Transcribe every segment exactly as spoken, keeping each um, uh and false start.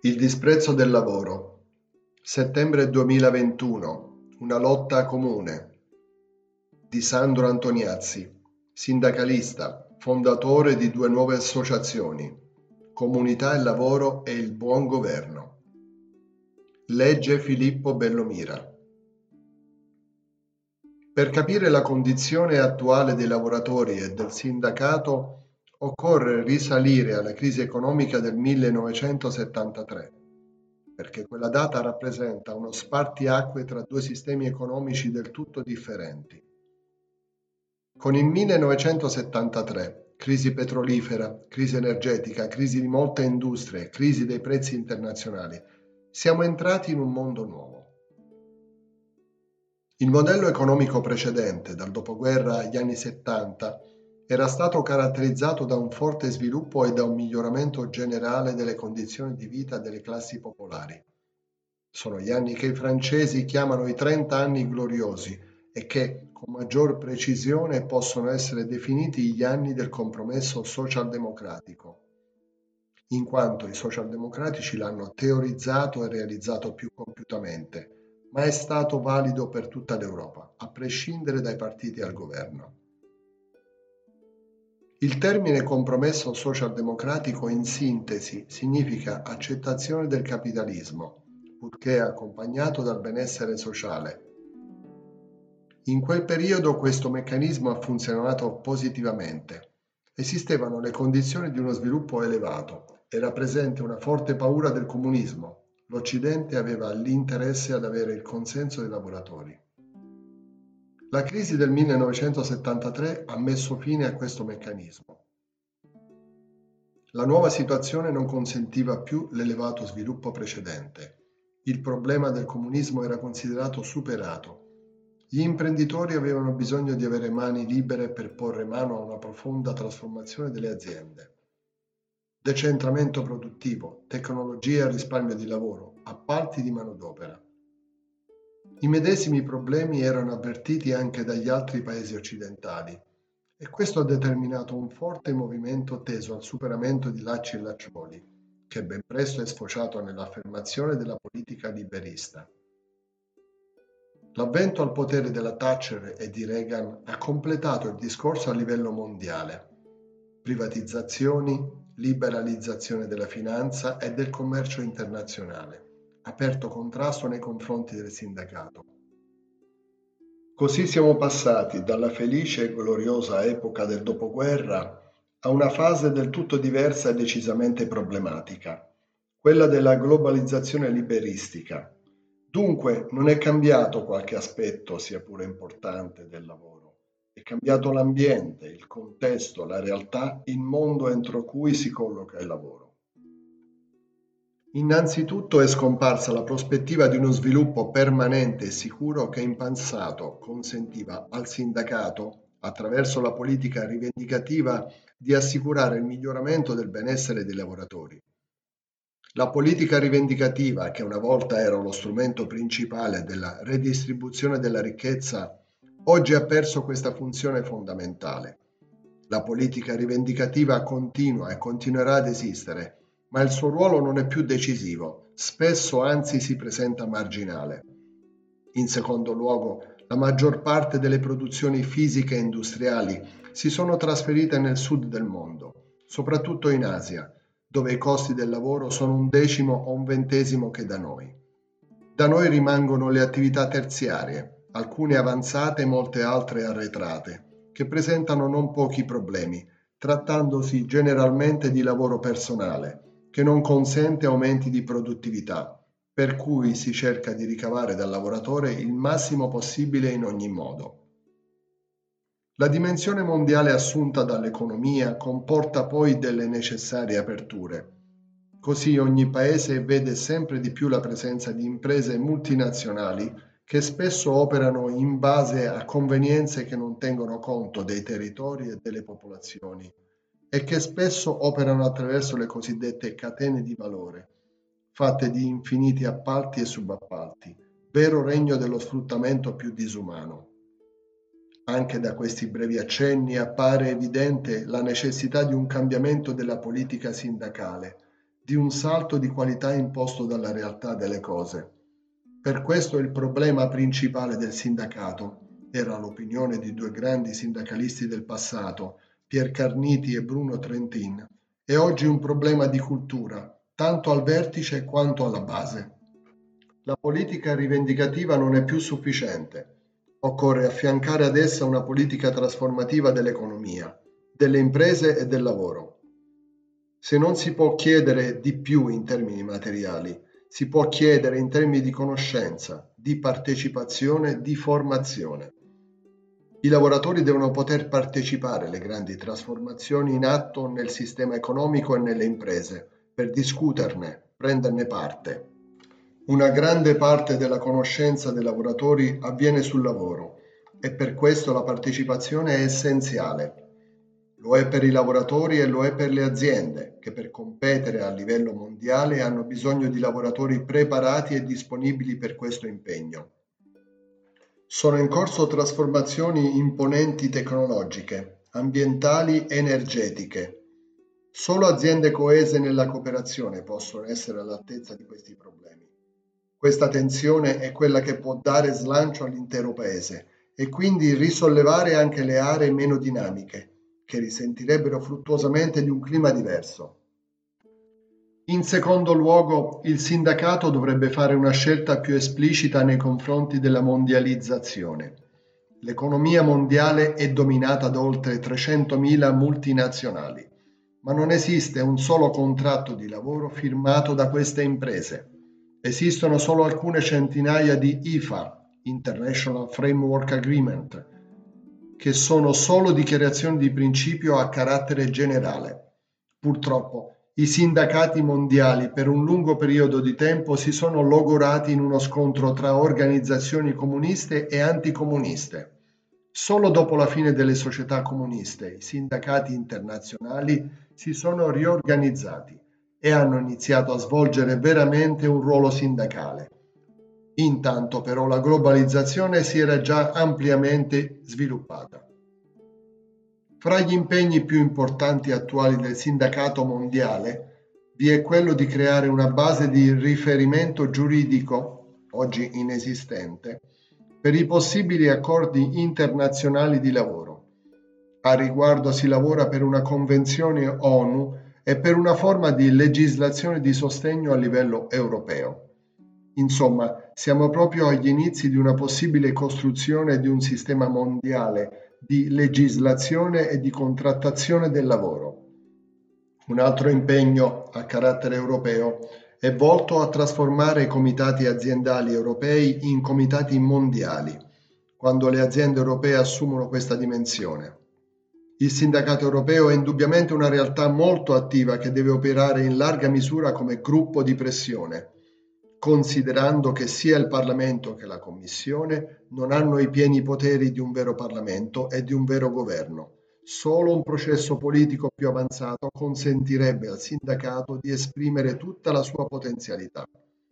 Il disprezzo del lavoro. Settembre duemilaventuno. Una lotta comune. Di Sandro Antoniazzi, sindacalista, fondatore di due nuove associazioni, Comunità e Lavoro e il Buon Governo. Legge Filippo Bellomira. Per capire la condizione attuale dei lavoratori e del sindacato occorre risalire alla crisi economica del millenovecentosettantatré, perché quella data rappresenta uno spartiacque tra due sistemi economici del tutto differenti. Con il millenovecentosettantatré, crisi petrolifera, crisi energetica, crisi di molte industrie, crisi dei prezzi internazionali, siamo entrati in un mondo nuovo. Il modello economico precedente, dal dopoguerra agli anni settanta, era stato caratterizzato da un forte sviluppo e da un miglioramento generale delle condizioni di vita delle classi popolari. Sono gli anni che i francesi chiamano i trenta anni gloriosi e che, con maggior precisione, possono essere definiti gli anni del compromesso socialdemocratico, in quanto i socialdemocratici l'hanno teorizzato e realizzato più compiutamente, ma è stato valido per tutta l'Europa, a prescindere dai partiti al governo. Il termine compromesso socialdemocratico in sintesi significa accettazione del capitalismo, purché accompagnato dal benessere sociale. In quel periodo questo meccanismo ha funzionato positivamente. Esistevano le condizioni di uno sviluppo elevato, era presente una forte paura del comunismo. L'Occidente aveva l'interesse ad avere il consenso dei lavoratori. La crisi del millenovecentosettantatré ha messo fine a questo meccanismo. La nuova situazione non consentiva più l'elevato sviluppo precedente. Il problema del comunismo era considerato superato. Gli imprenditori avevano bisogno di avere mani libere per porre mano a una profonda trasformazione delle aziende. Decentramento produttivo, tecnologia e risparmio di lavoro, appalti di manodopera. I medesimi problemi erano avvertiti anche dagli altri paesi occidentali e questo ha determinato un forte movimento teso al superamento di lacci e lacciuoli, che ben presto è sfociato nell'affermazione della politica liberista. L'avvento al potere della Thatcher e di Reagan ha completato il discorso a livello mondiale. Privatizzazioni, liberalizzazione della finanza e del commercio internazionale, aperto contrasto nei confronti del sindacato. Così siamo passati dalla felice e gloriosa epoca del dopoguerra a una fase del tutto diversa e decisamente problematica, quella della globalizzazione liberistica. Dunque non è cambiato qualche aspetto, sia pure importante, del lavoro. È cambiato l'ambiente, il contesto, la realtà, il mondo entro cui si colloca il lavoro. Innanzitutto è scomparsa la prospettiva di uno sviluppo permanente e sicuro che in passato consentiva al sindacato, attraverso la politica rivendicativa, di assicurare il miglioramento del benessere dei lavoratori. La politica rivendicativa, che una volta era lo strumento principale della redistribuzione della ricchezza, oggi ha perso questa funzione fondamentale. La politica rivendicativa continua e continuerà ad esistere, ma il suo ruolo non è più decisivo, spesso anzi si presenta marginale. In secondo luogo, la maggior parte delle produzioni fisiche e industriali si sono trasferite nel sud del mondo, soprattutto in Asia, dove i costi del lavoro sono un decimo o un ventesimo che da noi. Da noi rimangono le attività terziarie, alcune avanzate e molte altre arretrate, che presentano non pochi problemi, trattandosi generalmente di lavoro personale, che non consente aumenti di produttività, per cui si cerca di ricavare dal lavoratore il massimo possibile in ogni modo. La dimensione mondiale assunta dall'economia comporta poi delle necessarie aperture. Così ogni paese vede sempre di più la presenza di imprese multinazionali che spesso operano in base a convenienze che non tengono conto dei territori e delle popolazioni e che spesso operano attraverso le cosiddette catene di valore, fatte di infiniti appalti e subappalti, vero regno dello sfruttamento più disumano. Anche da questi brevi accenni appare evidente la necessità di un cambiamento della politica sindacale, di un salto di qualità imposto dalla realtà delle cose. Per questo il problema principale del sindacato, era l'opinione di due grandi sindacalisti del passato, Pier Carniti e Bruno Trentin, è oggi un problema di cultura, tanto al vertice quanto alla base. La politica rivendicativa non è più sufficiente. Occorre affiancare ad essa una politica trasformativa dell'economia, delle imprese e del lavoro. Se non si può chiedere di più in termini materiali, si può chiedere in termini di conoscenza, di partecipazione, di formazione. I lavoratori devono poter partecipare alle grandi trasformazioni in atto nel sistema economico e nelle imprese, per discuterne, prenderne parte. Una grande parte della conoscenza dei lavoratori avviene sul lavoro e per questo la partecipazione è essenziale. Lo è per i lavoratori e lo è per le aziende, che per competere a livello mondiale hanno bisogno di lavoratori preparati e disponibili per questo impegno. Sono in corso trasformazioni imponenti tecnologiche, ambientali e energetiche. Solo aziende coese nella cooperazione possono essere all'altezza di questi problemi. Questa tensione è quella che può dare slancio all'intero paese e quindi risollevare anche le aree meno dinamiche, che risentirebbero fruttuosamente di un clima diverso. In secondo luogo, il sindacato dovrebbe fare una scelta più esplicita nei confronti della mondializzazione. L'economia mondiale è dominata da oltre trecentomila multinazionali, ma non esiste un solo contratto di lavoro firmato da queste imprese. Esistono solo alcune centinaia di I F A, International Framework Agreement, che sono solo dichiarazioni di principio a carattere generale. Purtroppo, i sindacati mondiali per un lungo periodo di tempo si sono logorati in uno scontro tra organizzazioni comuniste e anticomuniste. Solo dopo la fine delle società comuniste, i sindacati internazionali si sono riorganizzati e hanno iniziato a svolgere veramente un ruolo sindacale. Intanto però la globalizzazione si era già ampiamente sviluppata. Fra gli impegni più importanti attuali del sindacato mondiale vi è quello di creare una base di riferimento giuridico, oggi inesistente, per i possibili accordi internazionali di lavoro. A riguardo si lavora per una convenzione ONU e per una forma di legislazione di sostegno a livello europeo. Insomma, siamo proprio agli inizi di una possibile costruzione di un sistema mondiale di legislazione e di contrattazione del lavoro. Un altro impegno a carattere europeo è volto a trasformare i comitati aziendali europei in comitati mondiali, quando le aziende europee assumono questa dimensione. Il sindacato europeo è indubbiamente una realtà molto attiva che deve operare in larga misura come gruppo di pressione, considerando che sia il Parlamento che la Commissione non hanno i pieni poteri di un vero Parlamento e di un vero governo. Solo un processo politico più avanzato consentirebbe al sindacato di esprimere tutta la sua potenzialità.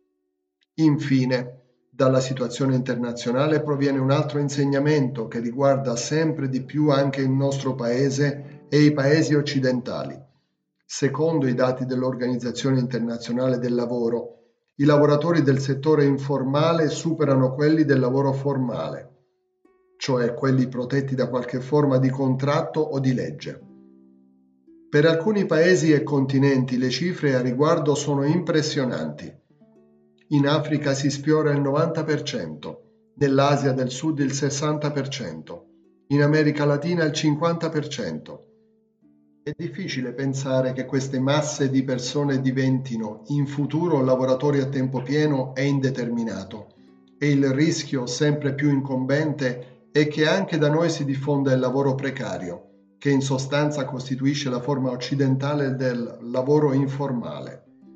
Infine, dalla situazione internazionale proviene un altro insegnamento che riguarda sempre di più anche il nostro paese e i paesi occidentali. Secondo i dati dell'Organizzazione Internazionale del Lavoro, i lavoratori del settore informale superano quelli del lavoro formale, cioè quelli protetti da qualche forma di contratto o di legge. Per alcuni paesi e continenti le cifre a riguardo sono impressionanti. In Africa si sfiora il novanta per cento, nell'Asia del Sud il sessanta per cento, in America Latina il cinquanta per cento. È difficile pensare che queste masse di persone diventino in futuro lavoratori a tempo pieno e indeterminato, e il rischio sempre più incombente è che anche da noi si diffonda il lavoro precario, che in sostanza costituisce la forma occidentale del lavoro informale.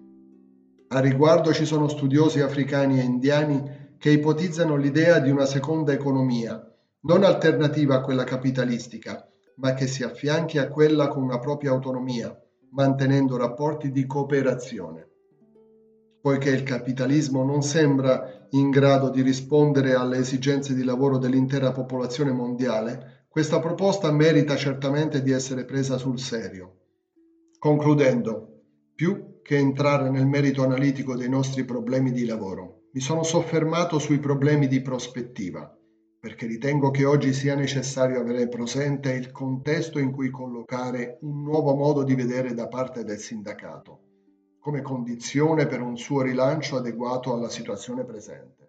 A riguardo ci sono studiosi africani e indiani che ipotizzano l'idea di una seconda economia, non alternativa a quella capitalistica, ma che si affianchi a quella con una propria autonomia, mantenendo rapporti di cooperazione. Poiché il capitalismo non sembra in grado di rispondere alle esigenze di lavoro dell'intera popolazione mondiale, questa proposta merita certamente di essere presa sul serio. Concludendo, Più che entrare nel merito analitico dei nostri problemi di lavoro, mi sono soffermato sui problemi di prospettiva, perché ritengo che oggi sia necessario avere presente il contesto in cui collocare un nuovo modo di vedere da parte del sindacato, come condizione per un suo rilancio adeguato alla situazione presente.